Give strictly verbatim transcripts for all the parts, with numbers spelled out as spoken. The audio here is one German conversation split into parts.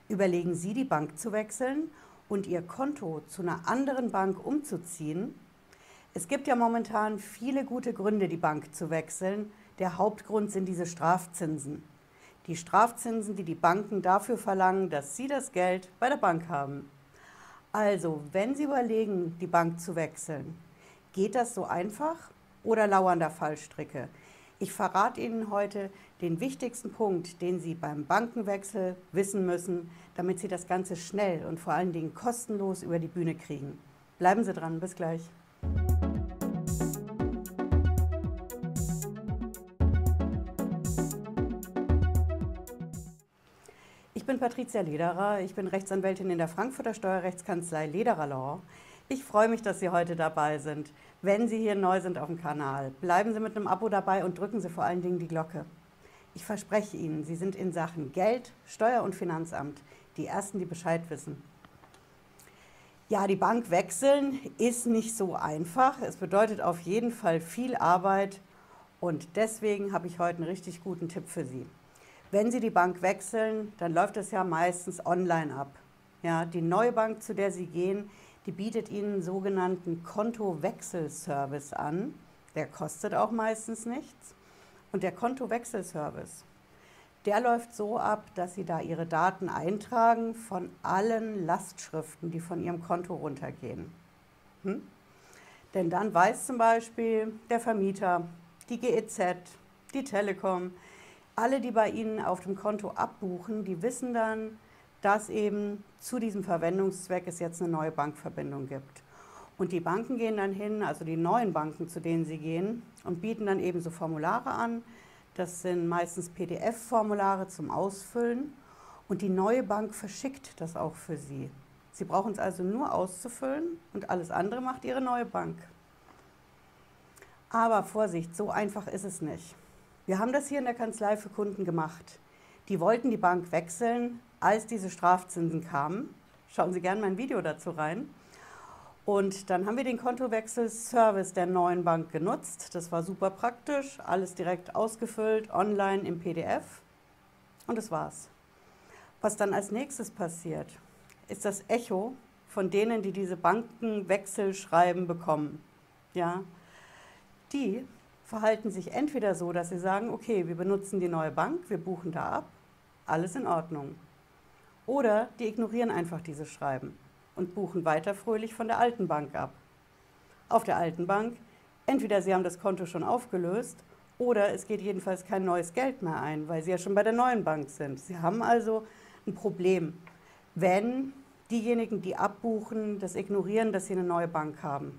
Überlegen Sie, die Bank zu wechseln und Ihr Konto zu einer anderen Bank umzuziehen? Es gibt ja momentan viele gute Gründe, die Bank zu wechseln. Der Hauptgrund sind diese Strafzinsen. Die Strafzinsen, die die Banken dafür verlangen, dass Sie das Geld bei der Bank haben. Also, wenn Sie überlegen, die Bank zu wechseln, geht das so einfach oder lauern da Fallstricke? Ich verrate Ihnen heute den wichtigsten Punkt, den Sie beim Bankenwechsel wissen müssen, damit Sie das Ganze schnell und vor allen Dingen kostenlos über die Bühne kriegen. Bleiben Sie dran, bis gleich. Ich bin Patricia Lederer, ich bin Rechtsanwältin in der Frankfurter Steuerrechtskanzlei Lederer Law. Ich freue mich, dass Sie heute dabei sind. Wenn Sie hier neu sind auf dem Kanal, bleiben Sie mit einem Abo dabei und drücken Sie vor allen Dingen die Glocke. Ich verspreche Ihnen, Sie sind in Sachen Geld, Steuer- und Finanzamt die Ersten, die Bescheid wissen. Ja, die Bank wechseln ist nicht so einfach. Es bedeutet auf jeden Fall viel Arbeit und deswegen habe ich heute einen richtig guten Tipp für Sie. Wenn Sie die Bank wechseln, dann läuft das ja meistens online ab. Ja, die neue Bank, zu der Sie gehen, die bietet Ihnen einen sogenannten Kontowechselservice an. Der kostet auch meistens nichts. Und der Kontowechselservice, der läuft so ab, dass Sie da Ihre Daten eintragen von allen Lastschriften, die von Ihrem Konto runtergehen. Hm? Denn dann weiß zum Beispiel der Vermieter, die G E Z, die Telekom, alle, die bei Ihnen auf dem Konto abbuchen, die wissen dann, dass eben zu diesem Verwendungszweck es jetzt eine neue Bankverbindung gibt. Und die Banken gehen dann hin, also die neuen Banken, zu denen sie gehen, und bieten dann eben so Formulare an. Das sind meistens P D F-Formulare zum Ausfüllen. Und die neue Bank verschickt das auch für Sie. Sie brauchen es also nur auszufüllen und alles andere macht Ihre neue Bank. Aber Vorsicht, so einfach ist es nicht. Wir haben das hier in der Kanzlei für Kunden gemacht. Die wollten die Bank wechseln, als diese Strafzinsen kamen. Schauen Sie gerne mein Video dazu rein. Und dann haben wir den Kontowechselservice der neuen Bank genutzt. Das war super praktisch, alles direkt ausgefüllt, online im P D F. Und das war's. Was dann als nächstes passiert, ist das Echo von denen, die diese Bankenwechselschreiben bekommen. Ja, die verhalten sich entweder so, dass sie sagen, okay, wir benutzen die neue Bank, wir buchen da ab, alles in Ordnung. Oder die ignorieren einfach dieses Schreiben und buchen weiter fröhlich von der alten Bank ab. Auf der alten Bank, entweder sie haben das Konto schon aufgelöst oder es geht jedenfalls kein neues Geld mehr ein, weil sie ja schon bei der neuen Bank sind. Sie haben also ein Problem, wenn diejenigen, die abbuchen, das ignorieren, dass sie eine neue Bank haben.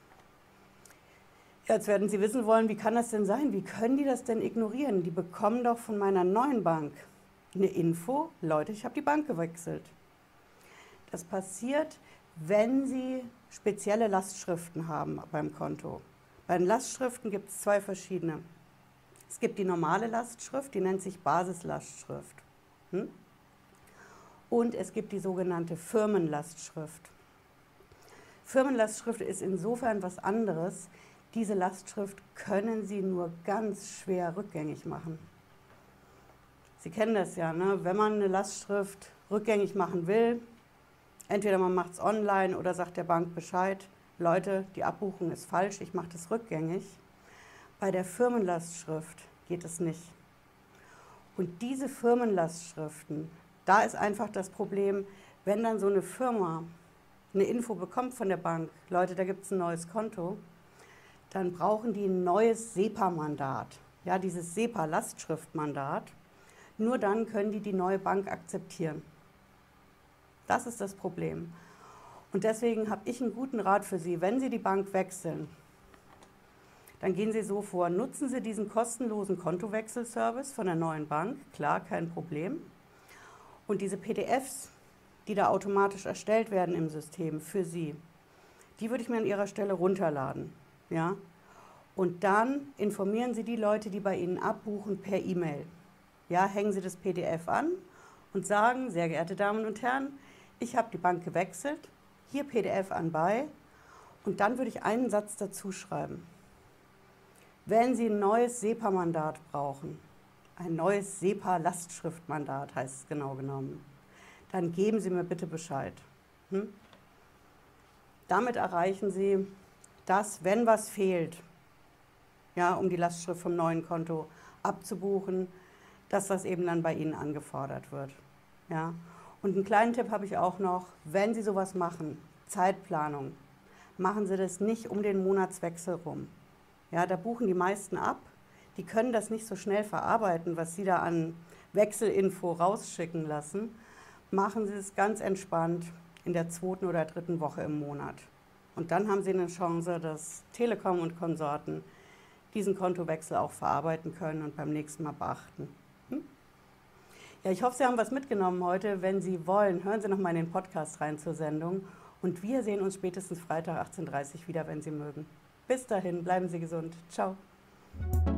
Jetzt werden Sie wissen wollen, wie kann das denn sein? Wie können die das denn ignorieren? Die bekommen doch von meiner neuen Bank eine Info, Leute, ich habe die Bank gewechselt. Das passiert, wenn Sie spezielle Lastschriften haben beim Konto. Bei den Lastschriften gibt es zwei verschiedene. Es gibt die normale Lastschrift, die nennt sich Basislastschrift. Hm? Und es gibt die sogenannte Firmenlastschrift. Firmenlastschrift ist insofern was anderes. Diese Lastschrift können Sie nur ganz schwer rückgängig machen. Sie kennen das ja, ne? Wenn man eine Lastschrift rückgängig machen will, entweder man macht es online oder sagt der Bank Bescheid, Leute, die Abbuchung ist falsch, ich mache das rückgängig. Bei der Firmenlastschrift geht es nicht. Und diese Firmenlastschriften, da ist einfach das Problem, wenn dann so eine Firma eine Info bekommt von der Bank, Leute, da gibt es ein neues Konto, dann brauchen die ein neues SEPA-Mandat, ja, dieses SEPA-Lastschriftmandat. Nur dann können die die neue Bank akzeptieren. Das ist das Problem. Und deswegen habe ich einen guten Rat für Sie. Wenn Sie die Bank wechseln, dann gehen Sie so vor, nutzen Sie diesen kostenlosen Kontowechselservice von der neuen Bank, klar, kein Problem. Und diese P D Fs, die da automatisch erstellt werden im System für Sie, die würde ich mir an Ihrer Stelle runterladen. Ja? Und dann informieren Sie die Leute, die bei Ihnen abbuchen, per E-Mail. Ja, hängen Sie das P D F an und sagen, sehr geehrte Damen und Herren, ich habe die Bank gewechselt, hier P D F anbei. Und dann würde ich einen Satz dazu schreiben. Wenn Sie ein neues SEPA-Mandat brauchen, ein neues SEPA-Lastschriftmandat heißt es genau genommen, dann geben Sie mir bitte Bescheid. Hm? Damit erreichen Sie, dass, wenn was fehlt, ja, um die Lastschrift vom neuen Konto abzubuchen, dass das eben dann bei Ihnen angefordert wird. Ja. Und einen kleinen Tipp habe ich auch noch, wenn Sie sowas machen, Zeitplanung, machen Sie das nicht um den Monatswechsel rum. Ja, da buchen die meisten ab, die können das nicht so schnell verarbeiten, was Sie da an Wechselinfo rausschicken lassen. Machen Sie es ganz entspannt in der zweiten oder dritten Woche im Monat. Und dann haben Sie eine Chance, dass Telekom und Konsorten diesen Kontowechsel auch verarbeiten können und beim nächsten Mal beachten. Hm? Ja, ich hoffe, Sie haben was mitgenommen heute. Wenn Sie wollen, hören Sie noch mal in den Podcast rein zur Sendung. Und wir sehen uns spätestens Freitag achtzehn Uhr dreißig wieder, wenn Sie mögen. Bis dahin, bleiben Sie gesund. Ciao.